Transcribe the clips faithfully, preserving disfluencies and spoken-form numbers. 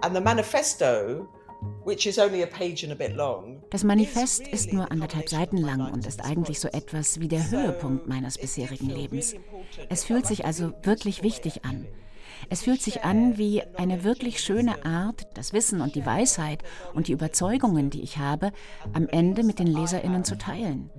And the manifesto, which is only a page and a bit long, das Manifest ist nur anderthalb Seiten lang und ist eigentlich so etwas wie der Höhepunkt meines bisherigen Lebens. Es fühlt sich also wirklich wichtig an. Es fühlt sich an wie eine wirklich schöne Art, das Wissen und die Weisheit und die Überzeugungen, die ich habe, am Ende mit den LeserInnen zu teilen.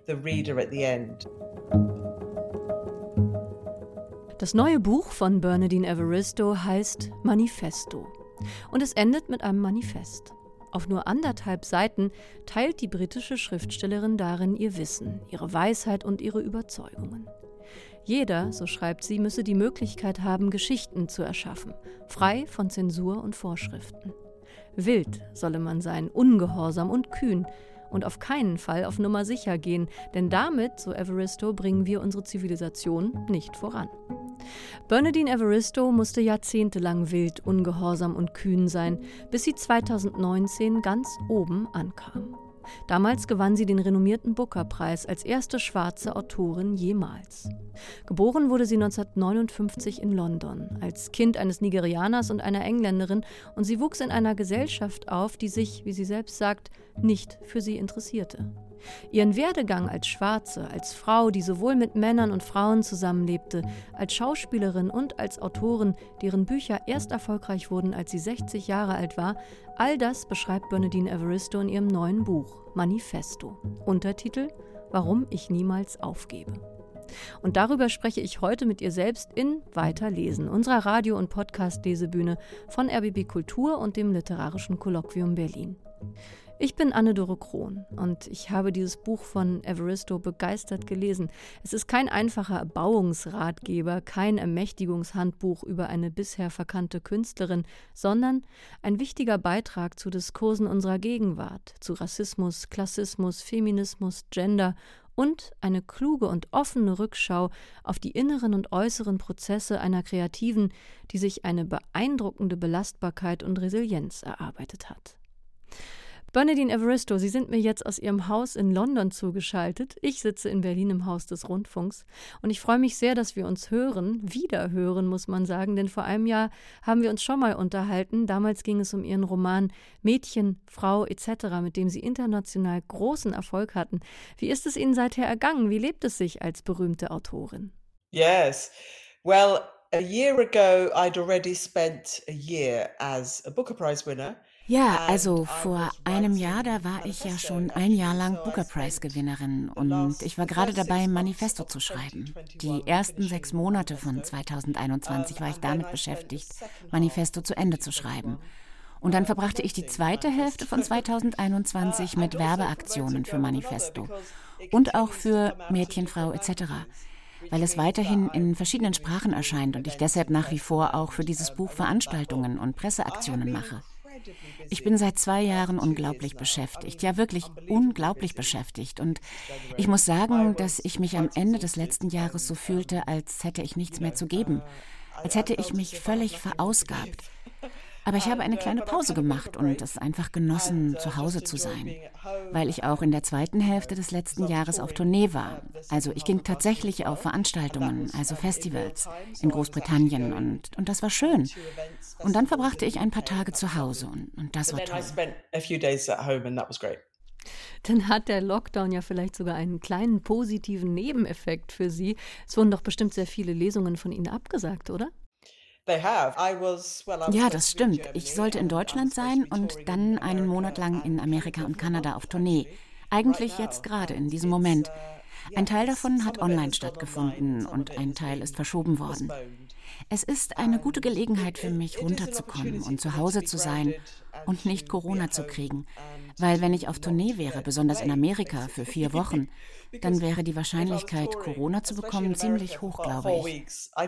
Das neue Buch von Bernardine Evaristo heißt Manifesto. Und es endet mit einem Manifest. Auf nur anderthalb Seiten teilt die britische Schriftstellerin darin ihr Wissen, ihre Weisheit und ihre Überzeugungen. Jeder, so schreibt sie, müsse die Möglichkeit haben, Geschichten zu erschaffen, frei von Zensur und Vorschriften. Wild solle man sein, ungehorsam und kühn und auf keinen Fall auf Nummer sicher gehen, denn damit, so Evaristo, bringen wir unsere Zivilisation nicht voran. Bernardine Evaristo musste jahrzehntelang wild, ungehorsam und kühn sein, bis sie zweitausendneunzehn ganz oben ankam. Damals gewann sie den renommierten Booker-Preis als erste schwarze Autorin jemals. Geboren wurde sie neunzehnhundertneunundfünfzig in London, als Kind eines Nigerianers und einer Engländerin, und sie wuchs in einer Gesellschaft auf, die sich, wie sie selbst sagt, nicht für sie interessierte. Ihren Werdegang als Schwarze, als Frau, die sowohl mit Männern und Frauen zusammenlebte, als Schauspielerin und als Autorin, deren Bücher erst erfolgreich wurden, als sie sechzig Jahre alt war, all das beschreibt Bernardine Evaristo in ihrem neuen Buch Manifesto. Untertitel: Warum ich niemals aufgebe. Und darüber spreche ich heute mit ihr selbst in Weiterlesen, unserer Radio- und Podcast-Lesebühne von R B B Kultur und dem Literarischen Kolloquium Berlin. Ich bin Anne-Dore Krohn und ich habe dieses Buch von Evaristo begeistert gelesen. Es ist kein einfacher Erbauungsratgeber, kein Ermächtigungshandbuch über eine bisher verkannte Künstlerin, sondern ein wichtiger Beitrag zu Diskursen unserer Gegenwart, zu Rassismus, Klassismus, Feminismus, Gender und eine kluge und offene Rückschau auf die inneren und äußeren Prozesse einer Kreativen, die sich eine beeindruckende Belastbarkeit und Resilienz erarbeitet hat. Bernardine Evaristo, Sie sind mir jetzt aus Ihrem Haus in London zugeschaltet. Ich sitze in Berlin im Haus des Rundfunks und ich freue mich sehr, dass wir uns hören, wieder hören, muss man sagen, denn vor einem Jahr haben wir uns schon mal unterhalten. Damals ging es um Ihren Roman Mädchen, Frau et cetera, mit dem Sie international großen Erfolg hatten. Wie ist es Ihnen seither ergangen? Wie lebt es sich als berühmte Autorin? Yes, well, a year ago I'd already spent a year as a Booker Prize winner. Ja, also vor einem Jahr, da war ich ja schon ein Jahr lang Booker-Prize-Gewinnerin und ich war gerade dabei, ein Manifesto zu schreiben. Die ersten sechs Monate von zweitausendeinundzwanzig war ich damit beschäftigt, Manifesto zu Ende zu schreiben. Und dann verbrachte ich die zweite Hälfte von zweitausendeinundzwanzig mit Werbeaktionen für Manifesto und auch für Mädchen, Frau et cetera, weil es weiterhin in verschiedenen Sprachen erscheint und ich deshalb nach wie vor auch für dieses Buch Veranstaltungen und Presseaktionen mache. Ich bin seit zwei Jahren unglaublich beschäftigt, ja wirklich unglaublich beschäftigt. Und ich muss sagen, dass ich mich am Ende des letzten Jahres so fühlte, als hätte ich nichts mehr zu geben, als hätte ich mich völlig verausgabt. Aber ich habe eine kleine Pause gemacht und es einfach genossen, zu Hause zu sein, weil ich auch in der zweiten Hälfte des letzten Jahres auf Tournee war. Also ich ging tatsächlich auf Veranstaltungen, also Festivals in Großbritannien und, und das war schön. Und dann verbrachte ich ein paar Tage zu Hause und, und das war toll. Dann hat der Lockdown ja vielleicht sogar einen kleinen positiven Nebeneffekt für Sie. Es wurden doch bestimmt sehr viele Lesungen von Ihnen abgesagt, oder? Ja, das stimmt. Ich sollte in Deutschland sein und dann einen Monat lang in Amerika und Kanada auf Tournee. Eigentlich jetzt gerade, in diesem Moment. Ein Teil davon hat online stattgefunden und ein Teil ist verschoben worden. Es ist eine gute Gelegenheit für mich, runterzukommen und zu Hause zu sein und nicht Corona zu kriegen. Weil wenn ich auf Tournee wäre, besonders in Amerika, für vier Wochen, dann wäre die Wahrscheinlichkeit, Corona zu bekommen, ziemlich hoch, glaube ich.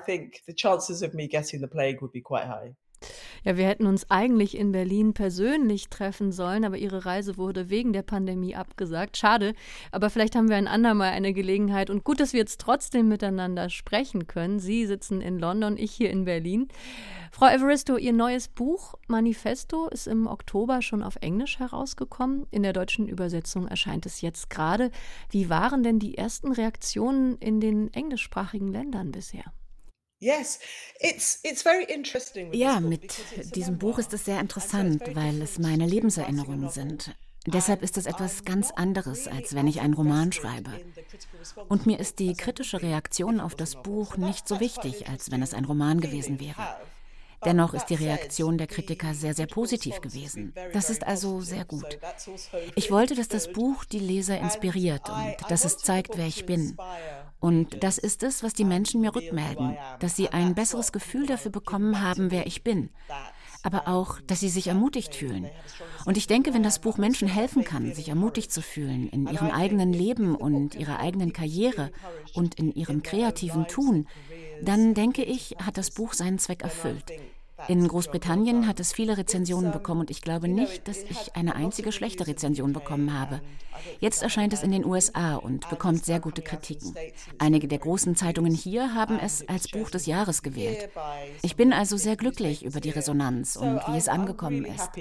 Ja, wir hätten uns eigentlich in Berlin persönlich treffen sollen, aber Ihre Reise wurde wegen der Pandemie abgesagt. Schade, aber vielleicht haben wir ein andermal eine Gelegenheit. Und gut, dass wir jetzt trotzdem miteinander sprechen können. Sie sitzen in London, ich hier in Berlin. Frau Evaristo, Ihr neues Buch Manifesto ist im Oktober schon auf Englisch herausgekommen. In der deutschen Übersetzung erscheint es jetzt gerade. Wie waren denn die ersten Reaktionen in den englischsprachigen Ländern bisher? Ja, mit diesem Buch ist es sehr interessant, weil es meine Lebenserinnerungen sind. Deshalb ist es etwas ganz anderes, als wenn ich einen Roman schreibe. Und mir ist die kritische Reaktion auf das Buch nicht so wichtig, als wenn es ein Roman gewesen wäre. Dennoch ist die Reaktion der Kritiker sehr, sehr positiv gewesen. Das ist also sehr gut. Ich wollte, dass das Buch die Leser inspiriert und dass es zeigt, wer ich bin. Und das ist es, was die Menschen mir rückmelden, dass sie ein besseres Gefühl dafür bekommen haben, wer ich bin. Aber auch, dass sie sich ermutigt fühlen. Und ich denke, wenn das Buch Menschen helfen kann, sich ermutigt zu fühlen in ihrem eigenen Leben und ihrer eigenen Karriere und in ihrem kreativen Tun, dann denke ich, hat das Buch seinen Zweck erfüllt. In Großbritannien hat es viele Rezensionen bekommen und ich glaube nicht, dass ich eine einzige schlechte Rezension bekommen habe. Jetzt erscheint es in den U S A und bekommt sehr gute Kritiken. Einige der großen Zeitungen hier haben es als Buch des Jahres gewählt. Ich bin also sehr glücklich über die Resonanz und wie es angekommen ist.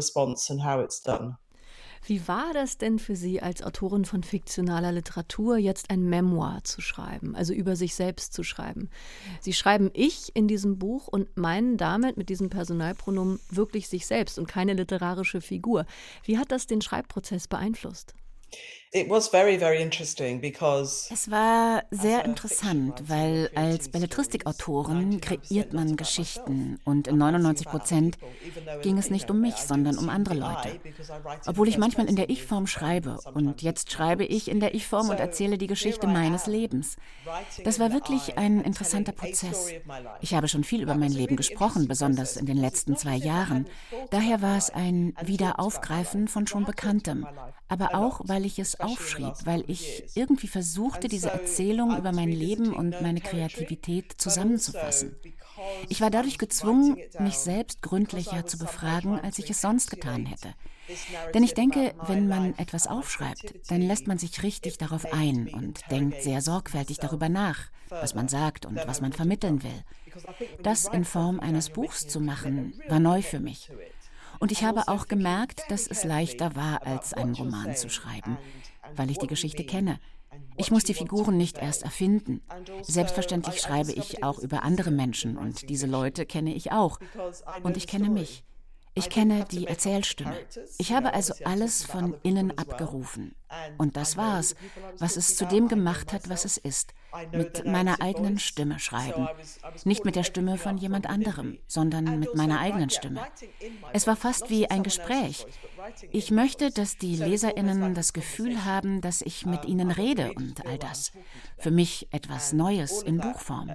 Wie war das denn für Sie als Autorin von fiktionaler Literatur, jetzt ein Memoir zu schreiben, also über sich selbst zu schreiben? Sie schreiben ich in diesem Buch und meinen damit mit diesem Personalpronomen wirklich sich selbst und keine literarische Figur. Wie hat das den Schreibprozess beeinflusst? It was very, very interesting because Es war sehr interessant, weil als Belletristikautorin kreiert man Geschichten und in neunundneunzig Prozent ging es nicht um mich, sondern um andere Leute. Obwohl ich manchmal in der Ich-Form schreibe und jetzt schreibe ich in der Ich-Form und erzähle die Geschichte meines Lebens. Das war wirklich ein interessanter Prozess. Ich habe schon viel über mein Leben gesprochen, besonders in den letzten zwei Jahren. Daher war es ein Wiederaufgreifen von schon Bekanntem. Aber auch, weil ich es aufschrieb, weil ich irgendwie versuchte, diese Erzählung über mein Leben und meine Kreativität zusammenzufassen. Ich war dadurch gezwungen, mich selbst gründlicher zu befragen, als ich es sonst getan hätte. Denn ich denke, wenn man etwas aufschreibt, dann lässt man sich richtig darauf ein und denkt sehr sorgfältig darüber nach, was man sagt und was man vermitteln will. Das in Form eines Buchs zu machen, war neu für mich. Und ich habe auch gemerkt, dass es leichter war, als einen Roman zu schreiben, weil ich die Geschichte kenne. Ich muss die Figuren nicht erst erfinden. Selbstverständlich schreibe ich auch über andere Menschen und diese Leute kenne ich auch. Und ich kenne mich. Ich kenne die Erzählstimme. Ich habe also alles von innen abgerufen. Und das war's, was es zu dem gemacht hat, was es ist. Mit meiner eigenen Stimme schreiben. Nicht mit der Stimme von jemand anderem, sondern mit meiner eigenen Stimme. Es war fast wie ein Gespräch. Ich möchte, dass die LeserInnen das Gefühl haben, dass ich mit ihnen rede und all das. Für mich etwas Neues in Buchform.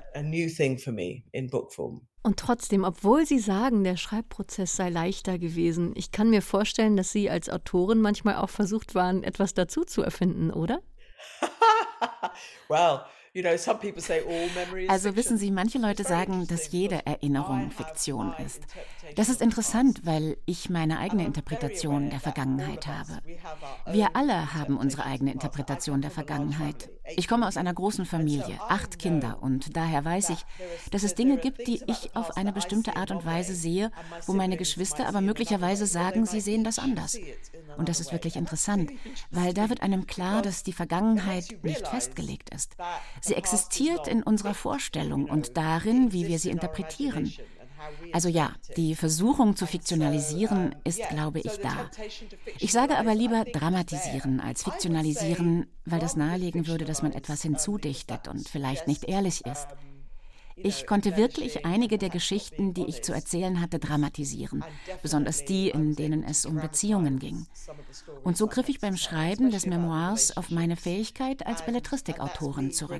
Und trotzdem, obwohl Sie sagen, der Schreibprozess sei leichter gewesen, ich kann mir vorstellen, dass Sie als Autorin manchmal auch versucht waren, etwas dazu zu erfinden, oder? Well, you know, some people say all memory is Also wissen fiction. Sie, manche Leute sagen, dass jede Erinnerung Fiktion ist. Das ist interessant, weil ich meine eigene Interpretation der Vergangenheit habe. Wir alle haben unsere eigene Interpretation der Vergangenheit. Ich komme aus einer großen Familie, acht Kinder, und daher weiß ich, dass es Dinge gibt, die ich auf eine bestimmte Art und Weise sehe, wo meine Geschwister aber möglicherweise sagen, sie sehen das anders. Und das ist wirklich interessant, weil da wird einem klar, dass die Vergangenheit nicht festgelegt ist. Sie existiert in unserer Vorstellung und darin, wie wir sie interpretieren. Also ja, die Versuchung zu fiktionalisieren ist, glaube ich, da. Ich sage aber lieber dramatisieren als fiktionalisieren, weil das nahelegen würde, dass man etwas hinzudichtet und vielleicht nicht ehrlich ist. Ich konnte wirklich einige der Geschichten, die ich zu erzählen hatte, dramatisieren, besonders die, in denen es um Beziehungen ging. Und so griff ich beim Schreiben des Memoirs auf meine Fähigkeit als Belletristikautorin zurück.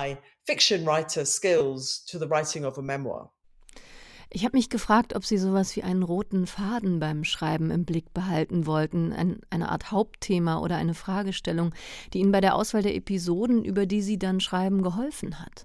Ich habe mich gefragt, ob Sie sowas wie einen roten Faden beim Schreiben im Blick behalten wollten, ein, eine Art Hauptthema oder eine Fragestellung, die Ihnen bei der Auswahl der Episoden, über die Sie dann schreiben, geholfen hat.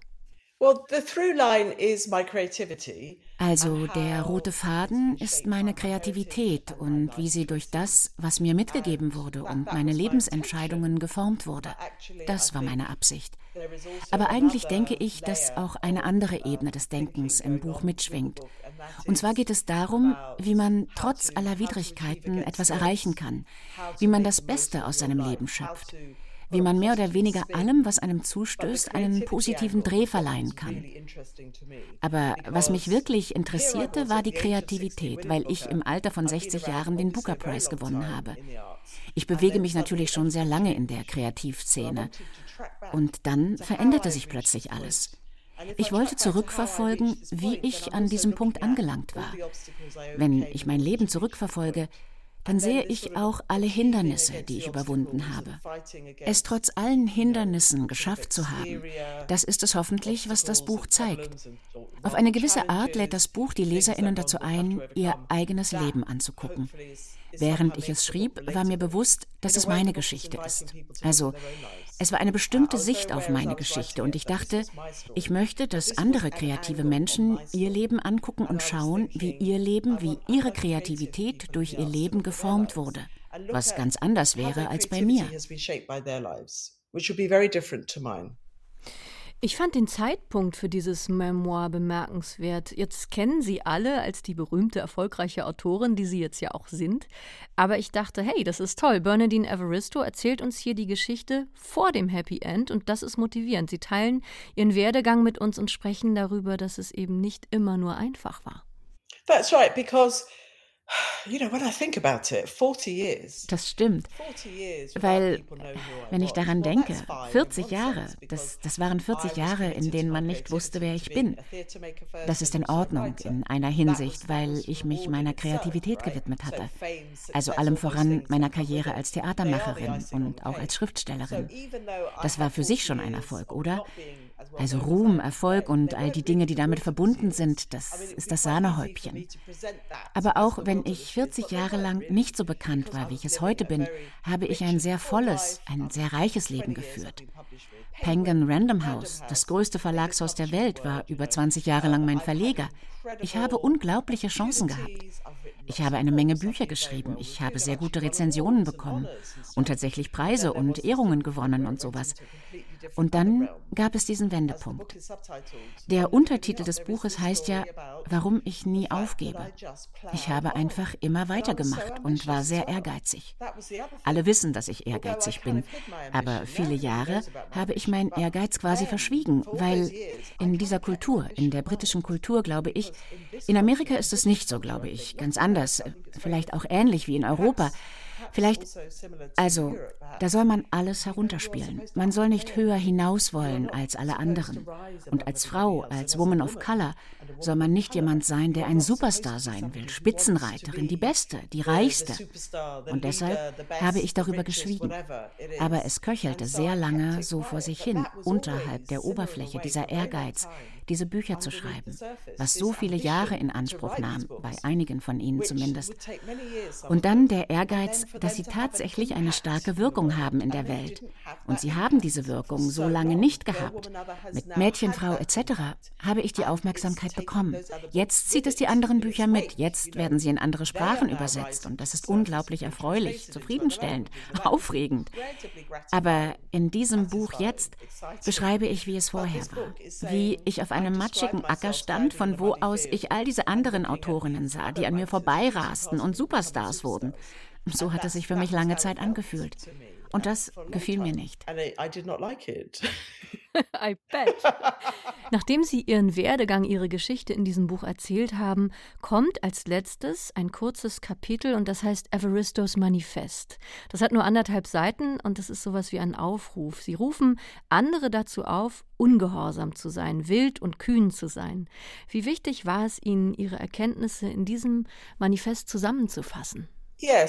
Also der rote Faden ist meine Kreativität und wie sie durch das, was mir mitgegeben wurde und meine Lebensentscheidungen geformt wurde. Das war meine Absicht. Aber eigentlich denke ich, dass auch eine andere Ebene des Denkens im Buch mitschwingt. Und zwar geht es darum, wie man trotz aller Widrigkeiten etwas erreichen kann, wie man das Beste aus seinem Leben schöpft. wie man mehr oder weniger allem, was einem zustößt, einen positiven Dreh verleihen kann. Aber was mich wirklich interessierte, war die Kreativität, weil ich im Alter von sechzig Jahren den Booker Prize gewonnen habe. Ich bewege mich natürlich schon sehr lange in der Kreativszene. Und dann veränderte sich plötzlich alles. Ich wollte zurückverfolgen, wie ich an diesem Punkt angelangt war. Wenn ich mein Leben zurückverfolge, dann sehe ich auch alle Hindernisse, die ich überwunden habe. Es trotz allen Hindernissen geschafft zu haben, das ist es hoffentlich, was das Buch zeigt. Auf eine gewisse Art lädt das Buch die LeserInnen dazu ein, ihr eigenes Leben anzugucken. Während ich es schrieb, war mir bewusst, dass es meine Geschichte ist. Also, es war eine bestimmte Sicht auf meine Geschichte und ich dachte, ich möchte, dass andere kreative Menschen ihr Leben angucken und schauen, wie ihr Leben, wie ihre Kreativität durch ihr Leben geformt wurde, was ganz anders wäre als bei mir. Ich fand den Zeitpunkt für dieses Memoir bemerkenswert. Jetzt kennen Sie alle als die berühmte, erfolgreiche Autorin, die Sie jetzt ja auch sind. Aber ich dachte, hey, das ist toll. Bernardine Evaristo erzählt uns hier die Geschichte vor dem Happy End und das ist motivierend. Sie teilen Ihren Werdegang mit uns und sprechen darüber, dass es eben nicht immer nur einfach war. That's right, because You know, when I think about it, forty years. Das stimmt, weil, wenn ich daran denke, vierzig Jahre, das, das waren vierzig Jahre, in denen man nicht wusste, wer ich bin. Das ist in Ordnung in einer Hinsicht, weil ich mich meiner Kreativität gewidmet hatte. Also allem voran meiner Karriere als Theatermacherin und auch als Schriftstellerin. Das war für sich schon ein Erfolg, oder? Also Ruhm, Erfolg und all die Dinge, die damit verbunden sind, das ist das Sahnehäubchen. Aber auch wenn ich vierzig Jahre lang nicht so bekannt war, wie ich es heute bin, habe ich ein sehr volles, ein sehr reiches Leben geführt. Penguin Random House, das größte Verlagshaus der Welt, war über zwanzig Jahre lang mein Verleger. Ich habe unglaubliche Chancen gehabt. Ich habe eine Menge Bücher geschrieben, ich habe sehr gute Rezensionen bekommen und tatsächlich Preise und Ehrungen gewonnen und sowas. Und dann gab es diesen Wendepunkt. Der Untertitel des Buches heißt ja, warum ich nie aufgebe. Ich habe einfach immer weitergemacht und war sehr ehrgeizig. Alle wissen, dass ich ehrgeizig bin, aber viele Jahre habe ich meinen Ehrgeiz quasi verschwiegen, weil in dieser Kultur, in der britischen Kultur, glaube ich, in Amerika ist es nicht so, glaube ich, ganz anders, vielleicht auch ähnlich wie in Europa. Vielleicht, also, da soll man alles herunterspielen. Man soll nicht höher hinaus wollen als alle anderen. Und als Frau, als Woman of Color, soll man nicht jemand sein, der ein Superstar sein will, Spitzenreiterin, die Beste, die Reichste. Und deshalb habe ich darüber geschwiegen. Aber es köchelte sehr lange so vor sich hin, unterhalb der Oberfläche, dieser Ehrgeiz, diese Bücher zu schreiben, was so viele Jahre in Anspruch nahm, bei einigen von ihnen zumindest. Und dann der Ehrgeiz, dass sie tatsächlich eine starke Wirkung haben in der Welt. Und sie haben diese Wirkung so lange nicht gehabt. Mit Mädchen, Frau et cetera habe ich die Aufmerksamkeit bekommen. Jetzt zieht es die anderen Bücher mit. Jetzt werden sie in andere Sprachen übersetzt. Und das ist unglaublich erfreulich, zufriedenstellend, aufregend. Aber in diesem Buch jetzt beschreibe ich, wie es vorher war. Wie ich auf einem matschigen Acker stand, von wo aus ich all diese anderen Autorinnen sah, die an mir vorbeirasten und Superstars wurden. So hat es sich für mich lange Zeit angefühlt. Und das gefiel mir nicht. I bet. Nachdem Sie Ihren Werdegang, Ihre Geschichte in diesem Buch erzählt haben, kommt als letztes ein kurzes Kapitel und das heißt Evaristos Manifest. Das hat nur anderthalb Seiten und das ist sowas wie ein Aufruf. Sie rufen andere dazu auf, ungehorsam zu sein, wild und kühn zu sein. Wie wichtig war es Ihnen, Ihre Erkenntnisse in diesem Manifest zusammenzufassen? Ja,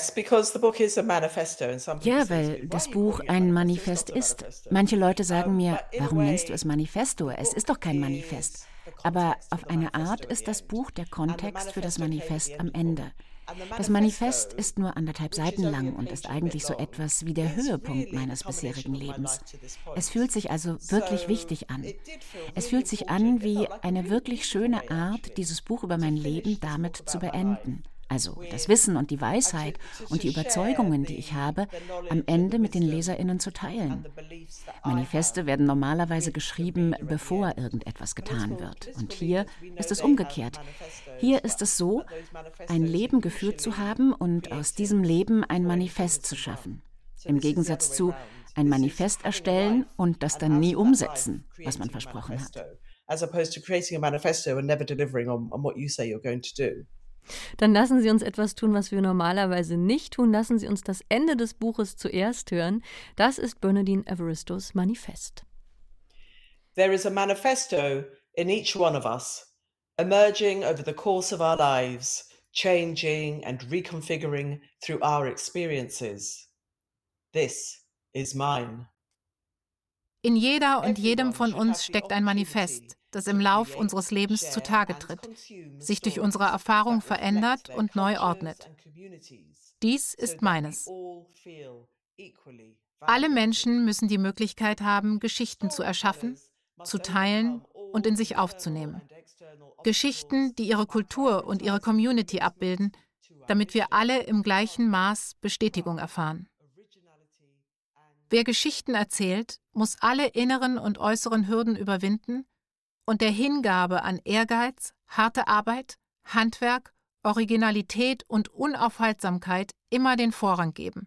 weil das Buch ein Manifest ist. Manche Leute sagen mir, warum nennst du es Manifesto? Es ist doch kein Manifest. Aber auf eine Art ist das Buch der Kontext für das Manifest am Ende. Das Manifest ist nur anderthalb Seiten lang und ist eigentlich so etwas wie der Höhepunkt meines bisherigen Lebens. Es fühlt sich also wirklich wichtig an. Es fühlt sich an wie eine wirklich schöne Art, dieses Buch über mein Leben damit zu beenden. Also das Wissen und die Weisheit und die Überzeugungen, die ich habe, am Ende mit den LeserInnen zu teilen. Manifeste werden normalerweise geschrieben, bevor irgendetwas getan wird. Und hier ist es umgekehrt. Hier ist es so, ein Leben geführt zu haben und aus diesem Leben ein Manifest zu schaffen. Im Gegensatz zu, ein Manifest erstellen und das dann nie umsetzen, was man versprochen hat. As opposed to creating a manifesto and never delivering on, on what you say you're going to do. Dann lassen Sie uns etwas tun, was wir normalerweise nicht tun. Lassen Sie uns das Ende des Buches zuerst hören. Das ist Bernardine Evaristos Manifest. There is a manifesto in each one of us, emerging over the course of our lives, changing and reconfiguring through our experiences. This is mine. In jeder und jedem von uns steckt ein Manifest, das im Lauf unseres Lebens zutage tritt, sich durch unsere Erfahrung verändert und neu ordnet. Dies ist meines. Alle Menschen müssen die Möglichkeit haben, Geschichten zu erschaffen, zu teilen und in sich aufzunehmen. Geschichten, die ihre Kultur und ihre Community abbilden, damit wir alle im gleichen Maß Bestätigung erfahren. Wer Geschichten erzählt, muss alle inneren und äußeren Hürden überwinden und der Hingabe an Ehrgeiz, harte Arbeit, Handwerk, Originalität und Unaufhaltsamkeit immer den Vorrang geben.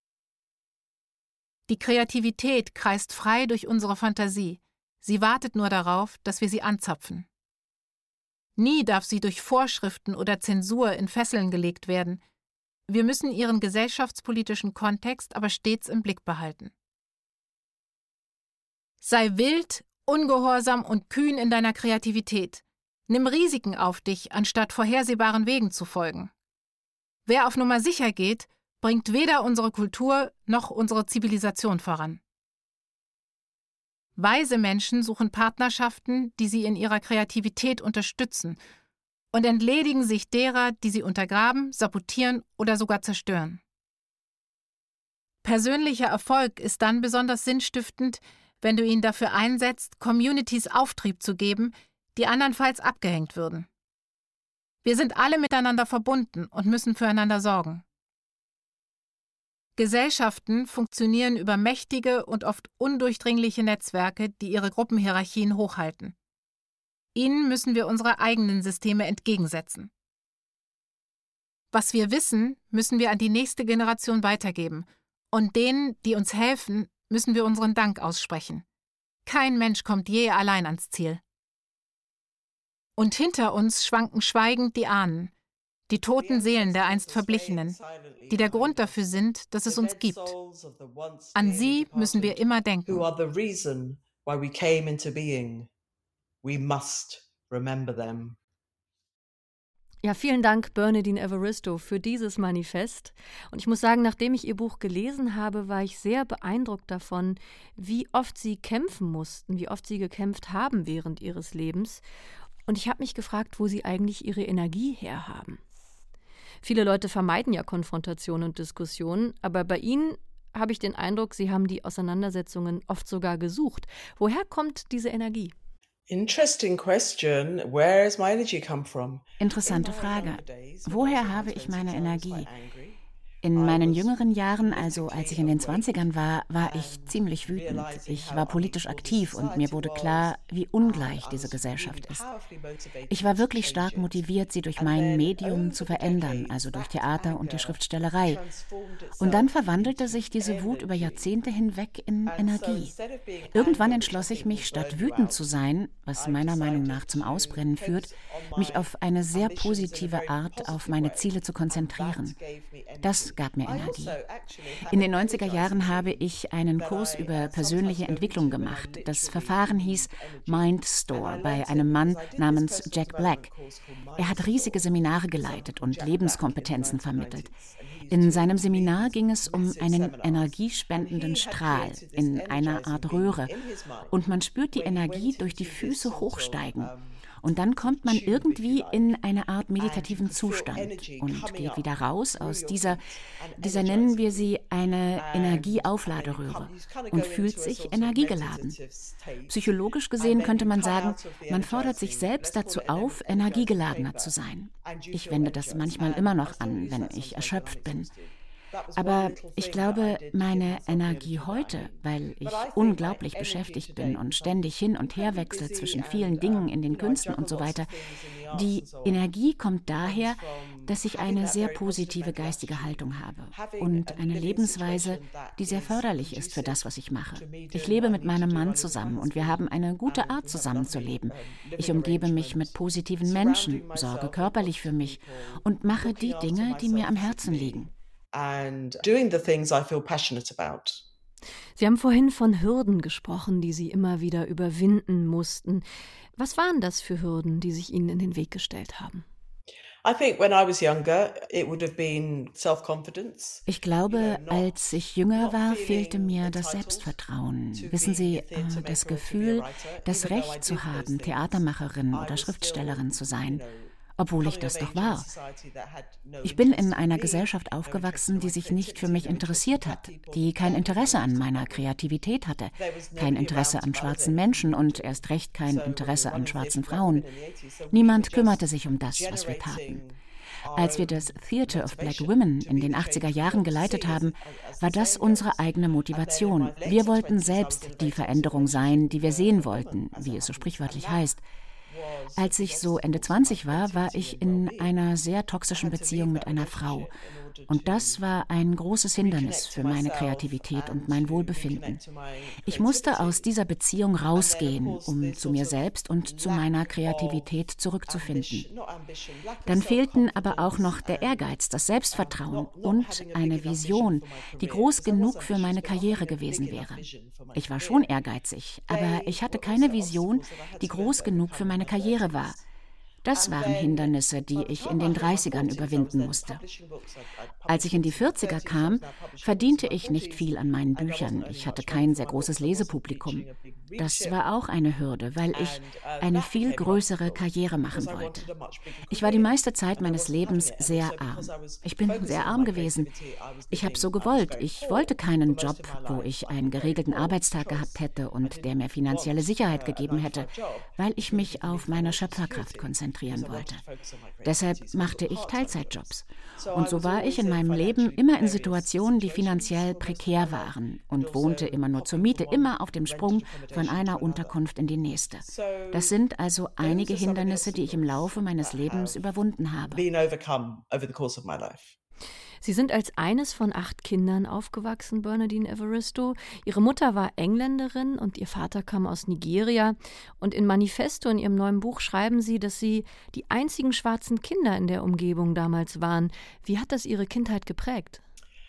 Die Kreativität kreist frei durch unsere Fantasie. Sie wartet nur darauf, dass wir sie anzapfen. Nie darf sie durch Vorschriften oder Zensur in Fesseln gelegt werden. Wir müssen ihren gesellschaftspolitischen Kontext aber stets im Blick behalten. Sei wild, ungehorsam und kühn in deiner Kreativität. Nimm Risiken auf dich, anstatt vorhersehbaren Wegen zu folgen. Wer auf Nummer sicher geht, bringt weder unsere Kultur noch unsere Zivilisation voran. Weise Menschen suchen Partnerschaften, die sie in ihrer Kreativität unterstützen und entledigen sich derer, die sie untergraben, sabotieren oder sogar zerstören. Persönlicher Erfolg ist dann besonders sinnstiftend, wenn du ihn dafür einsetzt, Communities Auftrieb zu geben, die andernfalls abgehängt würden. Wir sind alle miteinander verbunden und müssen füreinander sorgen. Gesellschaften funktionieren über mächtige und oft undurchdringliche Netzwerke, die ihre Gruppenhierarchien hochhalten. Ihnen müssen wir unsere eigenen Systeme entgegensetzen. Was wir wissen, müssen wir an die nächste Generation weitergeben. Und denen, die uns helfen, müssen wir unseren Dank aussprechen. Kein Mensch kommt je allein ans Ziel. Und hinter uns schwanken schweigend die Ahnen, die toten Seelen der einst Verblichenen, die der Grund dafür sind, dass es uns gibt. An sie müssen wir immer denken. We must remember them. Ja, vielen Dank, Bernardine Evaristo, für dieses Manifest. Und ich muss sagen, nachdem ich Ihr Buch gelesen habe, war ich sehr beeindruckt davon, wie oft Sie kämpfen mussten, wie oft Sie gekämpft haben während Ihres Lebens. Und ich habe mich gefragt, wo Sie eigentlich Ihre Energie herhaben. Viele Leute vermeiden ja Konfrontation und Diskussionen, aber bei Ihnen habe ich den Eindruck, Sie haben die Auseinandersetzungen oft sogar gesucht. Woher kommt diese Energie? Interesting question. Where has my energy come from? Interessante Frage. Woher habe ich meine Energie? In meinen jüngeren Jahren, also als ich in den Zwanzigern war, war ich ziemlich wütend. Ich war politisch aktiv und mir wurde klar, wie ungleich diese Gesellschaft ist. Ich war wirklich stark motiviert, sie durch mein Medium zu verändern, also durch Theater und die Schriftstellerei. Und dann verwandelte sich diese Wut über Jahrzehnte hinweg in Energie. Irgendwann entschloss ich mich, statt wütend zu sein, was meiner Meinung nach zum Ausbrennen führt, mich auf eine sehr positive Art auf meine Ziele zu konzentrieren. Das gab mir Energie. In den neunziger Jahren habe ich einen Kurs über persönliche Entwicklung gemacht. Das Verfahren hieß Mindstore bei einem Mann namens Jack Black. Er hat riesige Seminare geleitet und Lebenskompetenzen vermittelt. In seinem Seminar ging es um einen energiespendenden Strahl in einer Art Röhre und man spürt die Energie durch die Füße hochsteigen. Und dann kommt man irgendwie in eine Art meditativen Zustand und geht wieder raus aus dieser, dieser nennen wir sie eine Energieaufladeröhre und fühlt sich energiegeladen. Psychologisch gesehen könnte man sagen, man fordert sich selbst dazu auf, energiegeladener zu sein. Ich wende das manchmal immer noch an, wenn ich erschöpft bin. Aber ich glaube, meine Energie heute, weil ich unglaublich beschäftigt bin und ständig hin und her wechsle zwischen vielen Dingen in den Künsten und so weiter, die Energie kommt daher, dass ich eine sehr positive geistige Haltung habe und eine Lebensweise, die sehr förderlich ist für das, was ich mache. Ich lebe mit meinem Mann zusammen und wir haben eine gute Art, zusammenzuleben. Ich umgebe mich mit positiven Menschen, sorge körperlich für mich und mache die Dinge, die mir am Herzen liegen. Sie haben vorhin von Hürden gesprochen, die Sie immer wieder überwinden mussten. Was waren das für Hürden, die sich Ihnen in den Weg gestellt haben? Ich glaube, als ich jünger war, fehlte mir das Selbstvertrauen. Wissen Sie, das Gefühl, das Recht zu haben, Theatermacherin oder Schriftstellerin zu sein, obwohl ich das doch war. Ich bin in einer Gesellschaft aufgewachsen, die sich nicht für mich interessiert hat, die kein Interesse an meiner Kreativität hatte, kein Interesse an schwarzen Menschen und erst recht kein Interesse an schwarzen Frauen. Niemand kümmerte sich um das, was wir taten. Als wir das Theatre of Black Women in den achtziger Jahren geleitet haben, war das unsere eigene Motivation. Wir wollten selbst die Veränderung sein, die wir sehen wollten, wie es so sprichwörtlich heißt. Als ich so Ende zwanzig war, war ich in einer sehr toxischen Beziehung mit einer Frau. Und das war ein großes Hindernis für meine Kreativität und mein Wohlbefinden. Ich musste aus dieser Beziehung rausgehen, um zu mir selbst und zu meiner Kreativität zurückzufinden. Dann fehlten aber auch noch der Ehrgeiz, das Selbstvertrauen und eine Vision, die groß genug für meine Karriere gewesen wäre. Ich war schon ehrgeizig, aber ich hatte keine Vision, die groß genug für meine Karriere war. Das waren Hindernisse, die ich in den dreißigern überwinden musste. Als ich in die vierziger kam, verdiente ich nicht viel an meinen Büchern. Ich hatte kein sehr großes Lesepublikum. Das war auch eine Hürde, weil ich eine viel größere Karriere machen wollte. Ich war die meiste Zeit meines Lebens sehr arm. Ich bin sehr arm gewesen. Ich habe so gewollt. Ich wollte keinen Job, wo ich einen geregelten Arbeitstag gehabt hätte und der mir finanzielle Sicherheit gegeben hätte, weil ich mich auf meine Schöpferkraft konzentrierte. wollte. Deshalb machte ich Teilzeitjobs. Und so war ich in meinem Leben immer in Situationen, die finanziell prekär waren und wohnte immer nur zur Miete, immer auf dem Sprung von einer Unterkunft in die nächste. Das sind also einige Hindernisse, die ich im Laufe meines Lebens überwunden habe. Sie sind als eines von acht Kindern aufgewachsen, Bernardine Evaristo. Ihre Mutter war Engländerin und ihr Vater kam aus Nigeria. Und in Manifesto, in Ihrem neuen Buch, schreiben Sie, dass Sie die einzigen schwarzen Kinder in der Umgebung damals waren. Wie hat das Ihre Kindheit geprägt?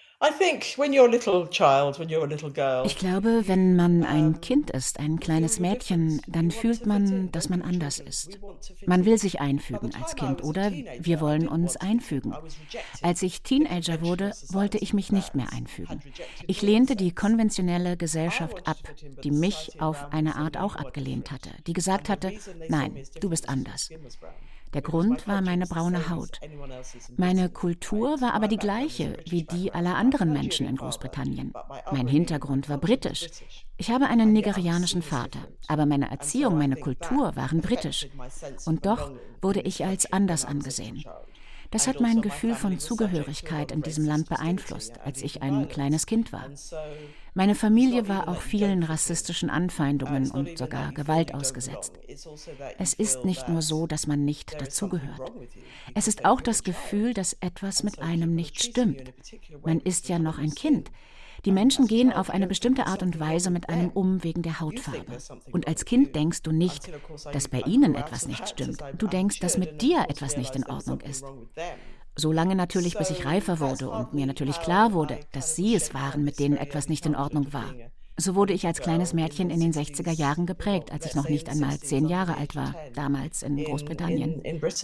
Ich glaube, wenn man ein Kind ist, ein kleines Mädchen, dann fühlt man, dass man anders ist. Man will sich einfügen als Kind oder wir wollen uns einfügen. Als ich Teenager wurde, wollte ich mich nicht mehr einfügen. Ich lehnte die konventionelle Gesellschaft ab, die mich auf eine Art auch abgelehnt hatte, die gesagt hatte, nein, du bist anders. Der Grund war meine braune Haut. Meine Kultur war aber die gleiche wie die aller anderen Menschen in Großbritannien. Mein Hintergrund war britisch. Ich habe einen nigerianischen Vater, aber meine Erziehung, meine Kultur waren britisch. Und doch wurde ich als anders angesehen. Das hat mein Gefühl von Zugehörigkeit in diesem Land beeinflusst, als ich ein kleines Kind war. Meine Familie war auch vielen rassistischen Anfeindungen und sogar Gewalt ausgesetzt. Es ist nicht nur so, dass man nicht dazugehört. Es ist auch das Gefühl, dass etwas mit einem nicht stimmt. Man ist ja noch ein Kind. Die Menschen gehen auf eine bestimmte Art und Weise mit einem um wegen der Hautfarbe. Und als Kind denkst du nicht, dass bei ihnen etwas nicht stimmt. Du denkst, dass mit dir etwas nicht in Ordnung ist. Solange natürlich, bis ich reifer wurde und mir natürlich klar wurde, dass sie es waren, mit denen etwas nicht in Ordnung war. So wurde ich als kleines Mädchen in den sechziger Jahren geprägt, als ich noch nicht einmal zehn Jahre alt war, damals in Großbritannien.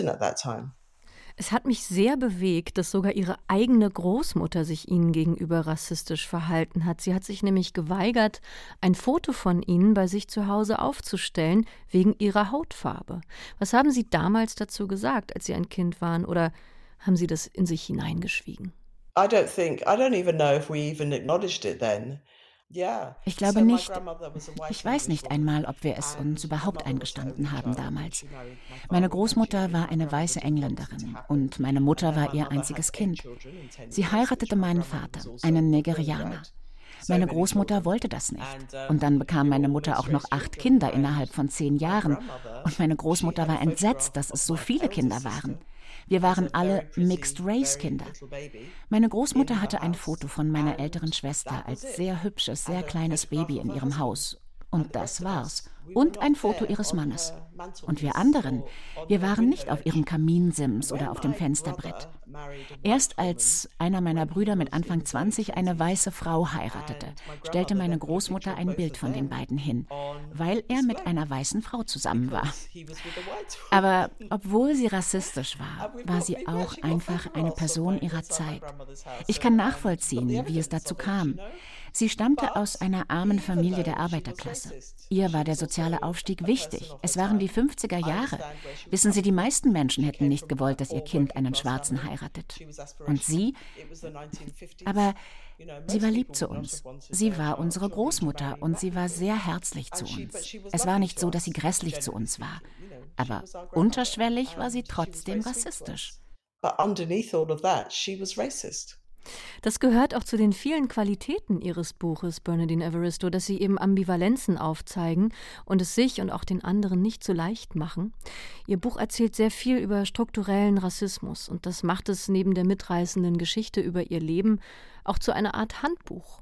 Es hat mich sehr bewegt, dass sogar Ihre eigene Großmutter sich Ihnen gegenüber rassistisch verhalten hat. Sie hat sich nämlich geweigert, ein Foto von Ihnen bei sich zu Hause aufzustellen, wegen Ihrer Hautfarbe. Was haben Sie damals dazu gesagt, als Sie ein Kind waren, oder haben Sie das in sich hineingeschwiegen? I don't think, I don't even know if we even acknowledged it then. Ich glaube nicht. Ich weiß nicht einmal, ob wir es uns überhaupt eingestanden haben damals. Meine Großmutter war eine weiße Engländerin und meine Mutter war ihr einziges Kind. Sie heiratete meinen Vater, einen Nigerianer. Meine Großmutter wollte das nicht. Und dann bekam meine Mutter auch noch acht Kinder innerhalb von zehn Jahren. Und meine Großmutter war entsetzt, dass es so viele Kinder waren. Wir waren alle Mixed-Race-Kinder. Meine Großmutter hatte ein Foto von meiner älteren Schwester als sehr hübsches, sehr kleines Baby in ihrem Haus. Und das war's. Und ein Foto ihres Mannes. Und wir anderen, wir waren nicht auf ihrem Kaminsims oder auf dem Fensterbrett. Erst als einer meiner Brüder mit Anfang zwanzig eine weiße Frau heiratete, stellte meine Großmutter ein Bild von den beiden hin, weil er mit einer weißen Frau zusammen war. Aber obwohl sie rassistisch war, war sie auch einfach eine Person ihrer Zeit. Ich kann nachvollziehen, wie es dazu kam. Sie stammte aus einer armen Familie der Arbeiterklasse. Ihr war der soziale Aufstieg wichtig. Es waren die fünfziger Jahre. Wissen Sie, die meisten Menschen hätten nicht gewollt, dass ihr Kind einen Schwarzen heiratet. Und sie? Aber sie war lieb zu uns. Sie war unsere Großmutter und sie war sehr herzlich zu uns. Es war nicht so, dass sie grässlich zu uns war. Aber unterschwellig war sie trotzdem rassistisch. But underneath all of that, she was racist. Das gehört auch zu den vielen Qualitäten Ihres Buches, Bernardine Evaristo, dass Sie eben Ambivalenzen aufzeigen und es sich und auch den anderen nicht so leicht machen. Ihr Buch erzählt sehr viel über strukturellen Rassismus und das macht es neben der mitreißenden Geschichte über Ihr Leben auch zu einer Art Handbuch.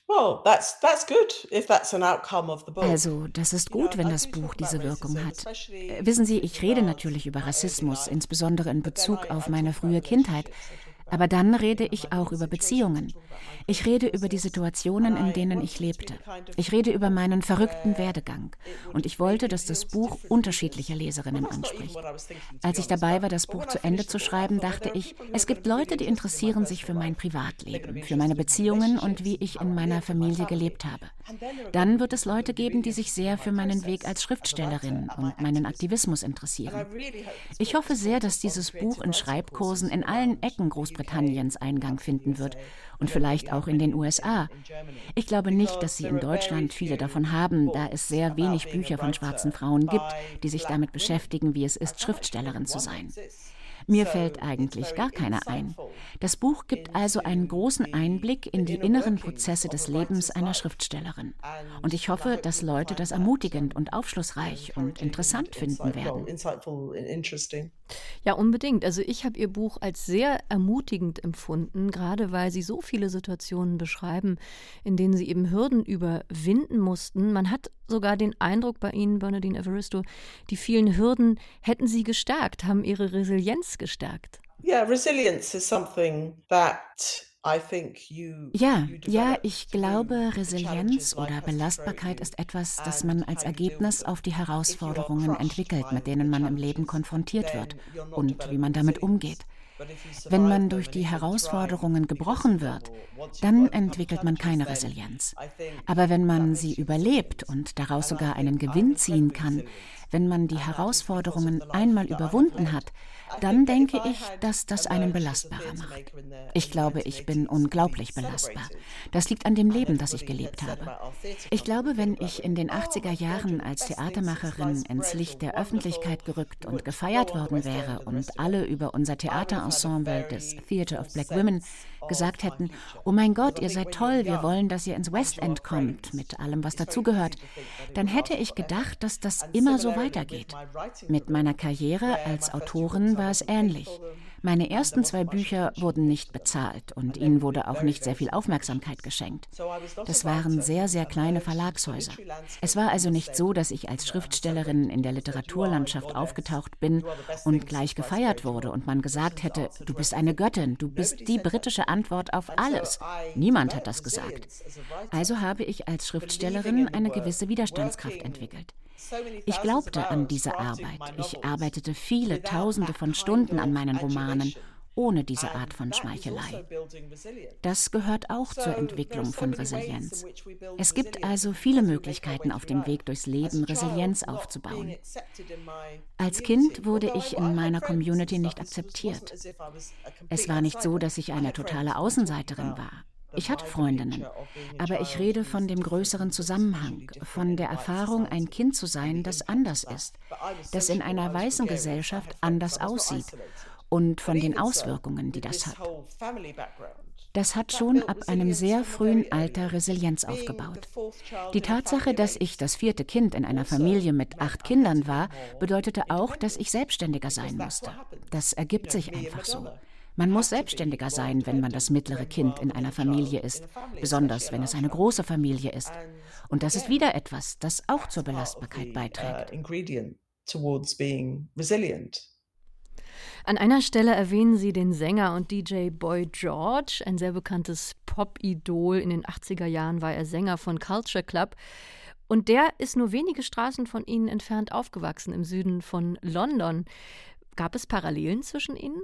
Also, das ist gut, wenn das Buch diese Wirkung hat. Wissen Sie, ich rede natürlich über Rassismus, insbesondere in Bezug auf meine frühe Kindheit. Aber dann rede ich auch über Beziehungen. Ich rede über die Situationen, in denen ich lebte. Ich rede über meinen verrückten Werdegang. Und ich wollte, dass das Buch unterschiedliche Leserinnen anspricht. Als ich dabei war, das Buch zu Ende zu schreiben, dachte ich, es gibt Leute, die interessieren sich für mein Privatleben, für meine Beziehungen und wie ich in meiner Familie gelebt habe. Dann wird es Leute geben, die sich sehr für meinen Weg als Schriftstellerin und meinen Aktivismus interessieren. Ich hoffe sehr, dass dieses Buch in Schreibkursen in allen Ecken Großbritanniens Eingang finden wird und vielleicht auch in den U S A. Ich glaube nicht, dass sie in Deutschland viele davon haben, da es sehr wenig Bücher von schwarzen Frauen gibt, die sich damit beschäftigen, wie es ist, Schriftstellerin zu sein. Mir fällt eigentlich gar keiner ein. Das Buch gibt also einen großen Einblick in die inneren Prozesse des Lebens einer Schriftstellerin. Und ich hoffe, dass Leute das ermutigend und aufschlussreich und interessant finden werden. Ja, unbedingt. Also ich habe Ihr Buch als sehr ermutigend empfunden, gerade weil Sie so viele Situationen beschreiben, in denen Sie eben Hürden überwinden mussten. Man hat sogar den Eindruck bei Ihnen, Bernardine Evaristo, die vielen Hürden hätten Sie gestärkt, haben Ihre Resilienz gestärkt. Yeah, resilience is something that Ja, ja, ich glaube, Resilienz oder Belastbarkeit ist etwas, das man als Ergebnis auf die Herausforderungen entwickelt, mit denen man im Leben konfrontiert wird und wie man damit umgeht. Wenn man durch die Herausforderungen gebrochen wird, dann entwickelt man keine Resilienz. Aber wenn man sie überlebt und daraus sogar einen Gewinn ziehen kann, wenn man die Herausforderungen einmal überwunden hat, dann denke ich, dass das einen belastbarer macht. Ich glaube, ich bin unglaublich belastbar. Das liegt an dem Leben, das ich gelebt habe. Ich glaube, wenn ich in den achtziger Jahren als Theatermacherin ins Licht der Öffentlichkeit gerückt und gefeiert worden wäre und alle über unser Theaterensemble des Theatre of Black Women gesagt hätten, oh mein Gott, ihr seid toll, wir wollen, dass ihr ins West End kommt, mit allem, was dazugehört, dann hätte ich gedacht, dass das immer so weitergeht. Mit meiner Karriere als Autorin war es ähnlich. Meine ersten zwei Bücher wurden nicht bezahlt und ihnen wurde auch nicht sehr viel Aufmerksamkeit geschenkt. Das waren sehr, sehr kleine Verlagshäuser. Es war also nicht so, dass ich als Schriftstellerin in der Literaturlandschaft aufgetaucht bin und gleich gefeiert wurde und man gesagt hätte, du bist eine Göttin, du bist die britische Antwort auf alles. Niemand hat das gesagt. Also habe ich als Schriftstellerin eine gewisse Widerstandskraft entwickelt. Ich glaubte an diese Arbeit. Ich arbeitete viele Tausende von Stunden an meinen Romanen, ohne diese Art von Schmeichelei. Das gehört auch zur Entwicklung von Resilienz. Es gibt also viele Möglichkeiten auf dem Weg durchs Leben, Resilienz aufzubauen. Als Kind wurde ich in meiner Community nicht akzeptiert. Es war nicht so, dass ich eine totale Außenseiterin war. Ich hatte Freundinnen, aber ich rede von dem größeren Zusammenhang, von der Erfahrung, ein Kind zu sein, das anders ist, das in einer weißen Gesellschaft anders aussieht und von den Auswirkungen, die das hat. das hat schon ab einem sehr frühen Alter Resilienz aufgebaut. Die Tatsache, dass ich das vierte Kind in einer Familie mit acht Kindern war, bedeutete auch, dass ich selbstständiger sein musste. Das ergibt sich einfach so. Man muss selbstständiger sein, wenn man das mittlere Kind in einer Familie ist, besonders wenn es eine große Familie ist. Und das ist wieder etwas, das auch zur Belastbarkeit beiträgt. An einer Stelle erwähnen Sie den Sänger und D J Boy George, ein sehr bekanntes Pop-Idol. In den achtziger Jahren war er Sänger von Culture Club. Und der ist nur wenige Straßen von Ihnen entfernt aufgewachsen, im Süden von London. Gab es Parallelen zwischen Ihnen?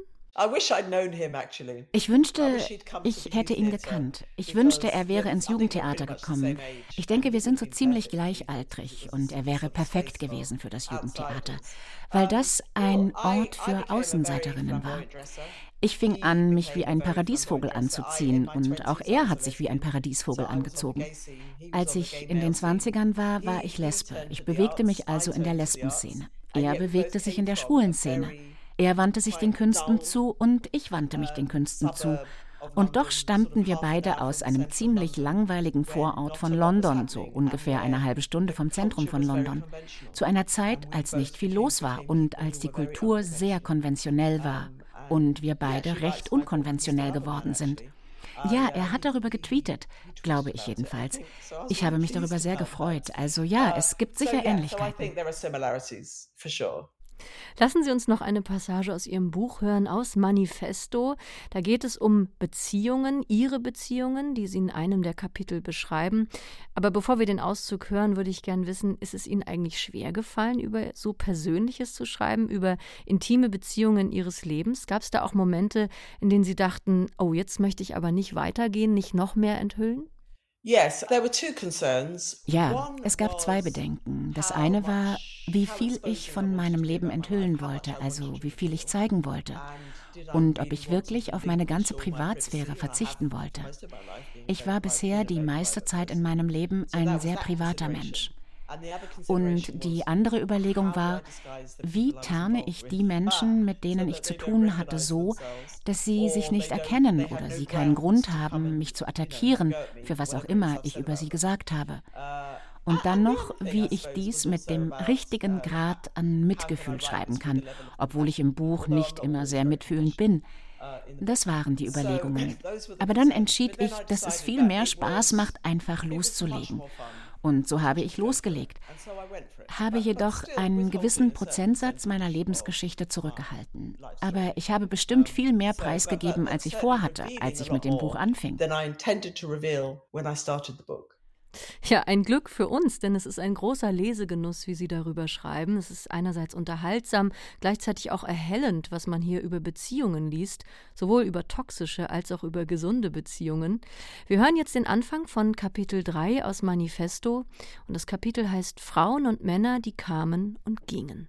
Ich wünschte, ich hätte ihn gekannt. Ich wünschte, er wäre ins Jugendtheater gekommen. Ich denke, wir sind so ziemlich gleichaltrig und er wäre perfekt gewesen für das Jugendtheater, weil das ein Ort für Außenseiterinnen war. Ich fing an, mich wie ein Paradiesvogel anzuziehen und auch er hat sich wie ein Paradiesvogel angezogen. Als ich in den Zwanzigern war, war ich Lesbe. Ich bewegte mich also in der Lesbenszene. Er bewegte sich in der Schwulenszene. Er wandte sich den Künsten zu und ich wandte mich den Künsten zu. Und doch stammten wir beide aus einem ziemlich langweiligen Vorort von London, so ungefähr eine halbe Stunde vom Zentrum von London, zu einer Zeit, als nicht viel los war und als die Kultur sehr konventionell war und wir beide recht unkonventionell geworden sind. Ja, er hat darüber getweetet, glaube ich jedenfalls. Ich habe mich darüber sehr gefreut. Also ja, es gibt sicher Ähnlichkeiten. Lassen Sie uns noch eine Passage aus Ihrem Buch hören, aus Manifesto. Da geht es um Beziehungen, Ihre Beziehungen, die Sie in einem der Kapitel beschreiben. Aber bevor wir den Auszug hören, würde ich gern wissen, ist es Ihnen eigentlich schwer gefallen, über so Persönliches zu schreiben, über intime Beziehungen Ihres Lebens? Gab es da auch Momente, in denen Sie dachten, oh, jetzt möchte ich aber nicht weitergehen, nicht noch mehr enthüllen? Ja, es gab zwei Bedenken. Das eine war, wie viel ich von meinem Leben enthüllen wollte, also wie viel ich zeigen wollte. Und ob ich wirklich auf meine ganze Privatsphäre verzichten wollte. Ich war bisher die meiste Zeit in meinem Leben ein sehr privater Mensch. Und die andere Überlegung war, wie tarne ich die Menschen, mit denen ich zu tun hatte, so, dass sie sich nicht erkennen oder sie keinen Grund haben, mich zu attackieren, für was auch immer ich über sie gesagt habe. Und dann noch, wie ich dies mit dem richtigen Grad an Mitgefühl schreiben kann, obwohl ich im Buch nicht immer sehr mitfühlend bin. Das waren die Überlegungen. Aber dann entschied ich, dass es viel mehr Spaß macht, einfach loszulegen. Und so habe ich losgelegt, habe jedoch einen gewissen Prozentsatz meiner Lebensgeschichte zurückgehalten. Aber ich habe bestimmt viel mehr preisgegeben, als ich vorhatte, als ich mit dem Buch anfing. Ja, ein Glück für uns, denn es ist ein großer Lesegenuss, wie Sie darüber schreiben. Es ist einerseits unterhaltsam, gleichzeitig auch erhellend, was man hier über Beziehungen liest, sowohl über toxische als auch über gesunde Beziehungen. Wir hören jetzt den Anfang von Kapitel drei aus Manifesto und das Kapitel heißt Frauen und Männer, die kamen und gingen.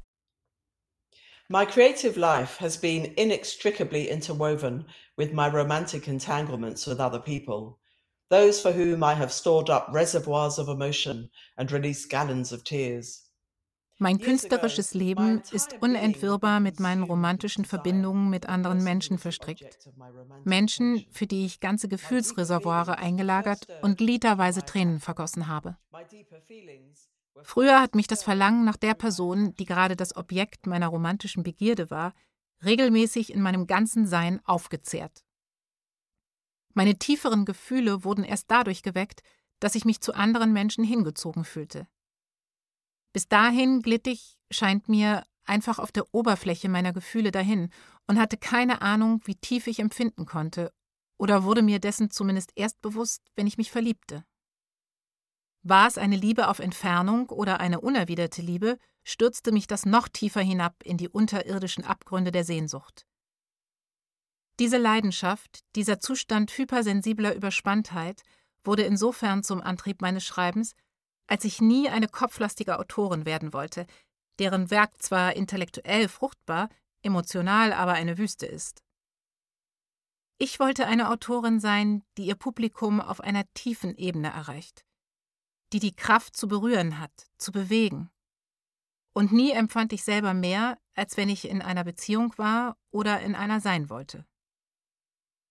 My creative life has been inextricably interwoven with my romantic entanglements with other people. Those for whom I have stored up reservoirs of emotion and released gallons of tears. Mein künstlerisches Leben ist unentwirrbar mit meinen romantischen Verbindungen mit anderen Menschen verstrickt. Menschen, für die ich ganze Gefühlsreservoire eingelagert und literweise Tränen vergossen habe. Früher hat mich das Verlangen nach der Person, die gerade das Objekt meiner romantischen Begierde war, regelmäßig in meinem ganzen Sein aufgezehrt. Meine tieferen Gefühle wurden erst dadurch geweckt, dass ich mich zu anderen Menschen hingezogen fühlte. Bis dahin glitt ich, scheint mir, einfach auf der Oberfläche meiner Gefühle dahin und hatte keine Ahnung, wie tief ich empfinden konnte, oder wurde mir dessen zumindest erst bewusst, wenn ich mich verliebte. War es eine Liebe auf Entfernung oder eine unerwiderte Liebe, stürzte mich das noch tiefer hinab in die unterirdischen Abgründe der Sehnsucht. Diese Leidenschaft, dieser Zustand hypersensibler Überspanntheit wurde insofern zum Antrieb meines Schreibens, als ich nie eine kopflastige Autorin werden wollte, deren Werk zwar intellektuell fruchtbar, emotional aber eine Wüste ist. Ich wollte eine Autorin sein, die ihr Publikum auf einer tiefen Ebene erreicht, die die Kraft zu berühren hat, zu bewegen. Und nie empfand ich selber mehr, als wenn ich in einer Beziehung war oder in einer sein wollte.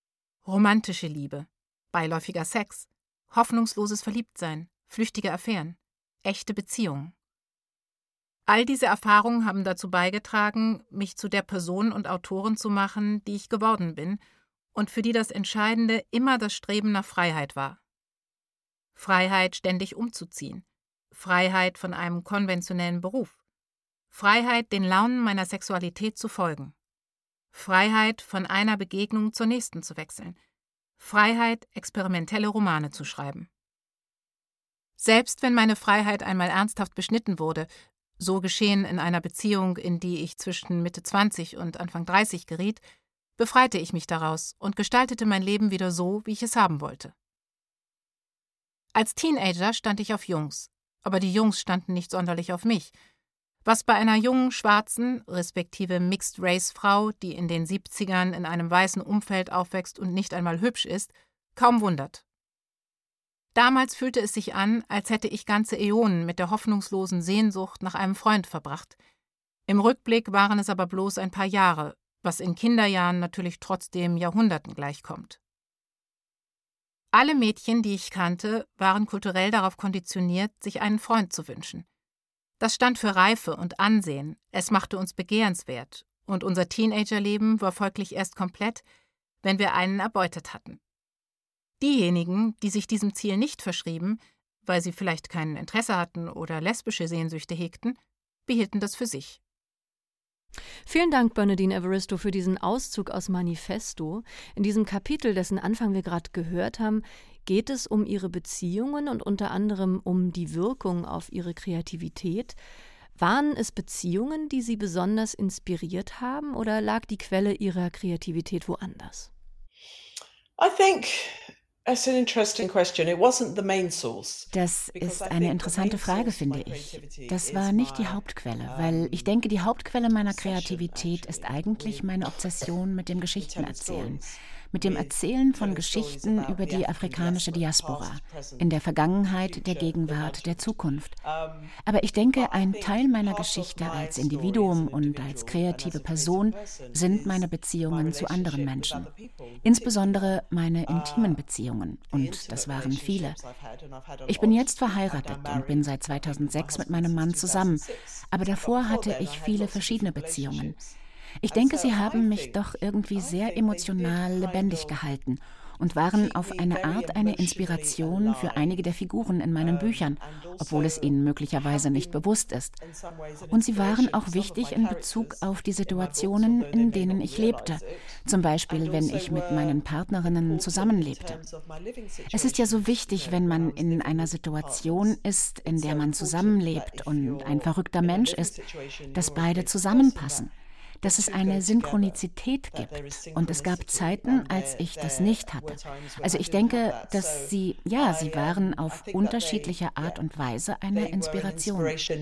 romantische Liebe, beiläufiger Sex, hoffnungsloses Verliebtsein, flüchtige Affären, echte Beziehungen. All diese Erfahrungen haben dazu beigetragen, mich zu der Person und Autorin zu machen, die ich geworden bin und für die das Entscheidende immer das Streben nach Freiheit war. Freiheit, ständig umzuziehen, Freiheit von einem konventionellen Beruf, Freiheit, den Launen meiner Sexualität zu folgen, Freiheit, von einer Begegnung zur nächsten zu wechseln, Freiheit, experimentelle Romane zu schreiben. Selbst wenn meine Freiheit einmal ernsthaft beschnitten wurde, so geschehen in einer Beziehung, in die ich zwischen Mitte zwanzig und Anfang dreißig geriet, befreite ich mich daraus und gestaltete mein Leben wieder so, wie ich es haben wollte. Als Teenager stand ich auf Jungs, aber die Jungs standen nicht sonderlich auf mich, was bei einer jungen, schwarzen, respektive Mixed-Race-Frau, die in den siebzigern in einem weißen Umfeld aufwächst und nicht einmal hübsch ist, kaum wundert. Damals fühlte es sich an, als hätte ich ganze Äonen mit der hoffnungslosen Sehnsucht nach einem Freund verbracht. Im Rückblick waren es aber bloß ein paar Jahre, was in Kinderjahren natürlich trotzdem Jahrhunderten gleichkommt. Alle Mädchen, die ich kannte, waren kulturell darauf konditioniert, sich einen Freund zu wünschen. Das stand für Reife und Ansehen, es machte uns begehrenswert, und unser Teenagerleben war folglich erst komplett, wenn wir einen erbeutet hatten. Diejenigen, die sich diesem Ziel nicht verschrieben, weil sie vielleicht kein Interesse hatten oder lesbische Sehnsüchte hegten, behielten das für sich. Vielen Dank, Bernardine Evaristo, für diesen Auszug aus Manifesto. In diesem Kapitel, dessen Anfang wir gerade gehört haben, geht es um ihre Beziehungen und unter anderem um die Wirkung auf ihre Kreativität. Waren es Beziehungen, die Sie besonders inspiriert haben, oder lag die Quelle Ihrer Kreativität woanders? I think that's an interesting question. It wasn't the main source. Das ist eine interessante Frage, finde ich. Das war nicht die Hauptquelle, weil ich denke, die Hauptquelle meiner Kreativität ist eigentlich meine Obsession mit dem Geschichtenerzählen. Mit dem Erzählen von Geschichten über die afrikanische Diaspora, in der Vergangenheit, der Gegenwart, der Zukunft. Aber ich denke, ein Teil meiner Geschichte als Individuum und als kreative Person sind meine Beziehungen zu anderen Menschen. Insbesondere meine intimen Beziehungen, und das waren viele. Ich bin jetzt verheiratet und bin seit zweitausendsechs mit meinem Mann zusammen, aber davor hatte ich viele verschiedene Beziehungen. Ich denke, sie haben mich doch irgendwie sehr emotional lebendig gehalten und waren auf eine Art eine Inspiration für einige der Figuren in meinen Büchern, obwohl es ihnen möglicherweise nicht bewusst ist. Und sie waren auch wichtig in Bezug auf die Situationen, in denen ich lebte, zum Beispiel, wenn ich mit meinen Partnerinnen zusammenlebte. Es ist ja so wichtig, wenn man in einer Situation ist, in der man zusammenlebt und ein verrückter Mensch ist, dass beide zusammenpassen. Dass es eine Synchronizität gibt. Und es gab Zeiten, als ich das nicht hatte. Also ich denke, dass sie, ja, sie waren auf unterschiedliche Art und Weise eine Inspiration.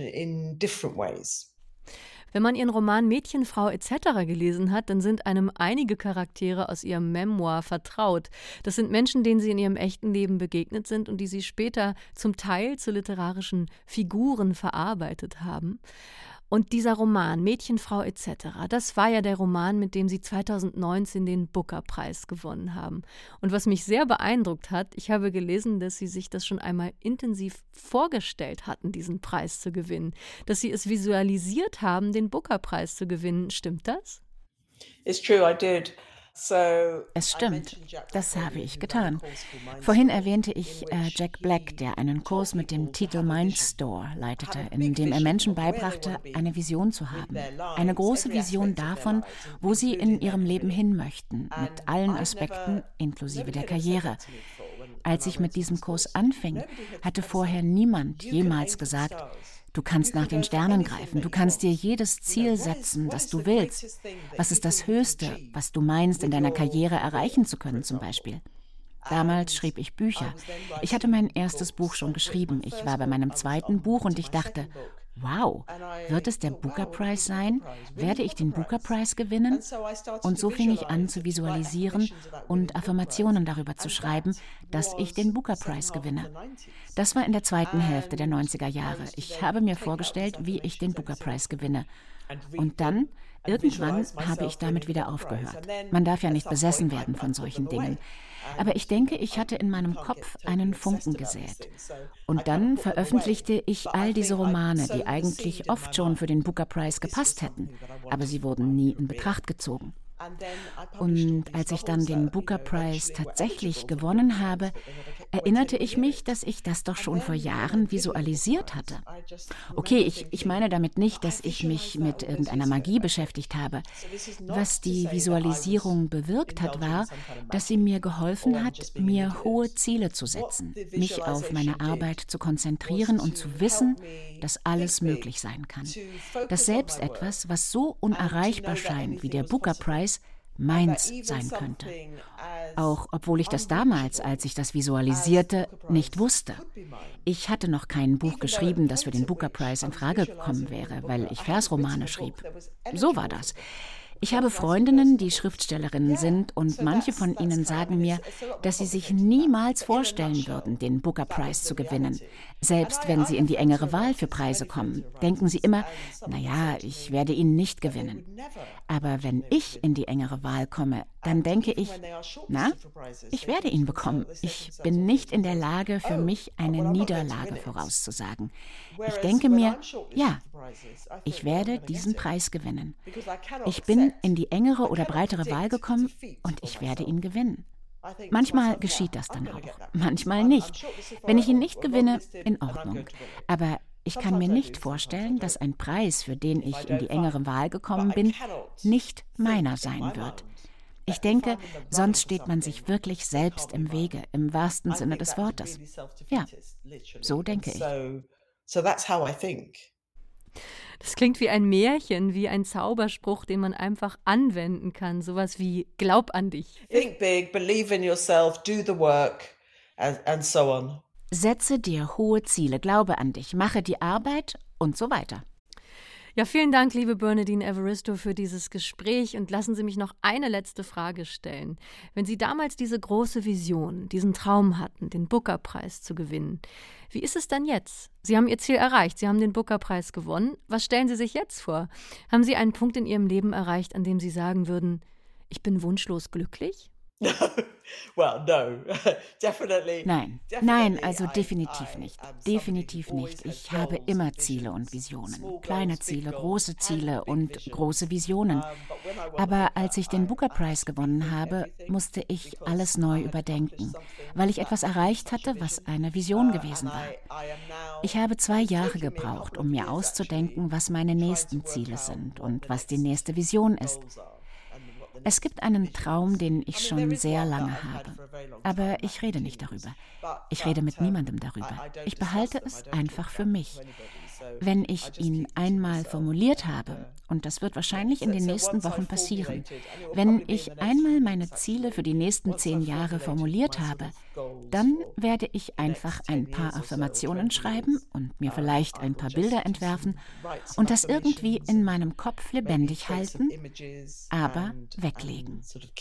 Wenn man ihren Roman Mädchen, Frau et cetera gelesen hat, dann sind einem einige Charaktere aus ihrem Memoir vertraut. Das sind Menschen, denen sie in ihrem echten Leben begegnet sind und die sie später zum Teil zu literarischen Figuren verarbeitet haben. Und dieser Roman, Mädchen, Frau et cetera, das war ja der Roman, mit dem Sie zweitausendneunzehn den Booker-Preis gewonnen haben. Und was mich sehr beeindruckt hat, ich habe gelesen, dass Sie sich das schon einmal intensiv vorgestellt hatten, diesen Preis zu gewinnen. Dass Sie es visualisiert haben, den Booker-Preis zu gewinnen. Stimmt das? It's true, I did. Es stimmt, das habe ich getan. Vorhin erwähnte ich äh, Jack Black, der einen Kurs mit dem Titel Mindstore leitete, in dem er Menschen beibrachte, eine Vision zu haben. Eine große Vision davon, wo sie in ihrem Leben hin möchten, mit allen Aspekten inklusive der Karriere. Als ich mit diesem Kurs anfing, hatte vorher niemand jemals gesagt, du kannst nach den Sternen greifen, du kannst dir jedes Ziel setzen, das du willst. Was ist das Höchste, was du meinst, in deiner Karriere erreichen zu können zum Beispiel? Damals schrieb ich Bücher. Ich hatte mein erstes Buch schon geschrieben. Ich war bei meinem zweiten Buch und ich dachte, wow, wird es der Booker Prize sein? Werde ich den Booker Prize gewinnen? Und so fing ich an zu visualisieren und Affirmationen darüber zu schreiben, dass ich den Booker Prize gewinne. Das war in der zweiten Hälfte der neunziger Jahre. Ich habe mir vorgestellt, wie ich den Booker Prize gewinne. Und dann, irgendwann habe ich damit wieder aufgehört. Man darf ja nicht besessen werden von solchen Dingen. Aber ich denke, ich hatte in meinem Kopf einen Funken gesät. Und dann veröffentlichte ich all diese Romane, die eigentlich oft schon für den Booker Prize gepasst hätten, aber sie wurden nie in Betracht gezogen. Und als ich dann den Booker Prize tatsächlich gewonnen habe, erinnerte ich mich, dass ich das doch schon vor Jahren visualisiert hatte. Okay, ich, ich meine damit nicht, dass ich mich mit irgendeiner Magie beschäftigt habe. Was die Visualisierung bewirkt hat, war, dass sie mir geholfen hat, mir hohe Ziele zu setzen, mich auf meine Arbeit zu konzentrieren und zu wissen, dass alles möglich sein kann. Dass selbst etwas, was so unerreichbar scheint wie der Booker Prize, meins sein könnte. Auch obwohl ich das damals, als ich das visualisierte, nicht wusste. Ich hatte noch kein Buch geschrieben, das für den Booker Prize in Frage gekommen wäre, weil ich Versromane schrieb. So war das. Ich habe Freundinnen, die Schriftstellerinnen sind, und manche von ihnen sagen mir, dass sie sich niemals vorstellen würden, den Booker Prize zu gewinnen. Selbst wenn sie in die engere Wahl für Preise kommen, denken sie immer, naja, ich werde ihn nicht gewinnen. Aber wenn ich in die engere Wahl komme, dann denke ich, na, ich werde ihn bekommen. Ich bin nicht in der Lage, für mich eine Niederlage vorauszusagen. Ich denke mir, ja, ich werde diesen Preis gewinnen. Ich bin in die engere oder breitere Wahl gekommen und ich werde ihn gewinnen. Manchmal geschieht das dann auch, manchmal nicht. Wenn ich ihn nicht gewinne, in Ordnung. Aber ich kann mir nicht vorstellen, dass ein Preis, für den ich in die engere Wahl gekommen bin, nicht meiner sein wird. Ich denke, sonst steht man sich wirklich selbst im Wege, im wahrsten Sinne des Wortes. Ja, so denke ich. Das klingt wie ein Märchen, wie ein Zauberspruch, den man einfach anwenden kann. Sowas wie "Glaub an dich". Think big, believe in yourself, do the work and, and so on. Setze dir hohe Ziele, glaube an dich, mache die Arbeit und so weiter. Ja, vielen Dank, liebe Bernardine Evaristo, für dieses Gespräch. Und lassen Sie mich noch eine letzte Frage stellen. Wenn Sie damals diese große Vision, diesen Traum hatten, den Booker-Preis zu gewinnen, wie ist es dann jetzt? Sie haben Ihr Ziel erreicht, Sie haben den Booker-Preis gewonnen. Was stellen Sie sich jetzt vor? Haben Sie einen Punkt in Ihrem Leben erreicht, an dem Sie sagen würden, ich bin wunschlos glücklich? Well, no. Definitely. Nein, nein, also definitiv nicht. Definitiv nicht. Ich habe immer Ziele und Visionen. Kleine Ziele, große Ziele und große Visionen. Aber als ich den Booker Prize gewonnen habe, musste ich alles neu überdenken, weil ich etwas erreicht hatte, was eine Vision gewesen war. Ich habe zwei Jahre gebraucht, um mir auszudenken, was meine nächsten Ziele sind und was die nächste Vision ist. Es gibt einen Traum, den ich schon sehr lange habe. Aber ich rede nicht darüber. Ich rede mit niemandem darüber. Ich behalte es einfach für mich. Wenn ich ihn einmal formuliert habe, und das wird wahrscheinlich in den nächsten Wochen passieren, wenn ich einmal meine Ziele für die nächsten zehn Jahre formuliert habe, dann werde ich einfach ein paar Affirmationen schreiben und mir vielleicht ein paar Bilder entwerfen und das irgendwie in meinem Kopf lebendig halten, aber weglegen.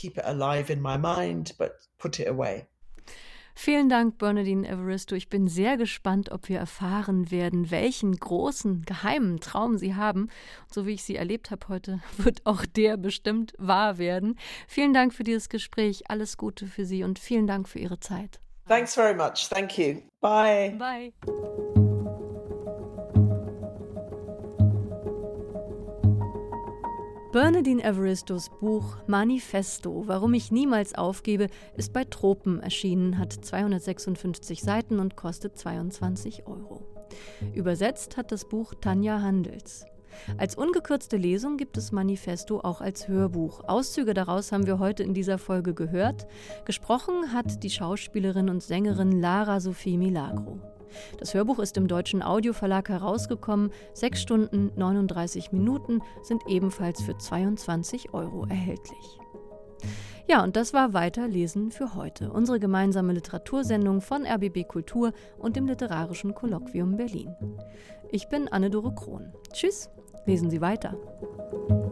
Vielen Dank, Bernardine Evaristo. Ich bin sehr gespannt, ob wir erfahren werden, welchen großen, geheimen Traum Sie haben. Und so wie ich Sie erlebt habe heute, wird auch der bestimmt wahr werden. Vielen Dank für dieses Gespräch. Alles Gute für Sie und vielen Dank für Ihre Zeit. Thanks very much. Thank you. Bye. Bye. Bernardine Evaristos Buch Manifesto, warum ich niemals aufgebe, ist bei Tropen erschienen, hat zweihundertsechsundfünfzig Seiten und kostet zweiundzwanzig Euro. Übersetzt hat das Buch Tanja Handels. Als ungekürzte Lesung gibt es Manifesto auch als Hörbuch. Auszüge daraus haben wir heute in dieser Folge gehört. Gesprochen hat die Schauspielerin und Sängerin Lara Sophie Milagro. Das Hörbuch ist im Deutschen Audioverlag herausgekommen. Sechs Stunden, neununddreißig Minuten sind ebenfalls für zweiundzwanzig Euro erhältlich. Ja, und das war Weiterlesen für heute. Unsere gemeinsame Literatursendung von R B B Kultur und dem Literarischen Kolloquium Berlin. Ich bin Anne-Dore Krohn. Tschüss, lesen Sie weiter.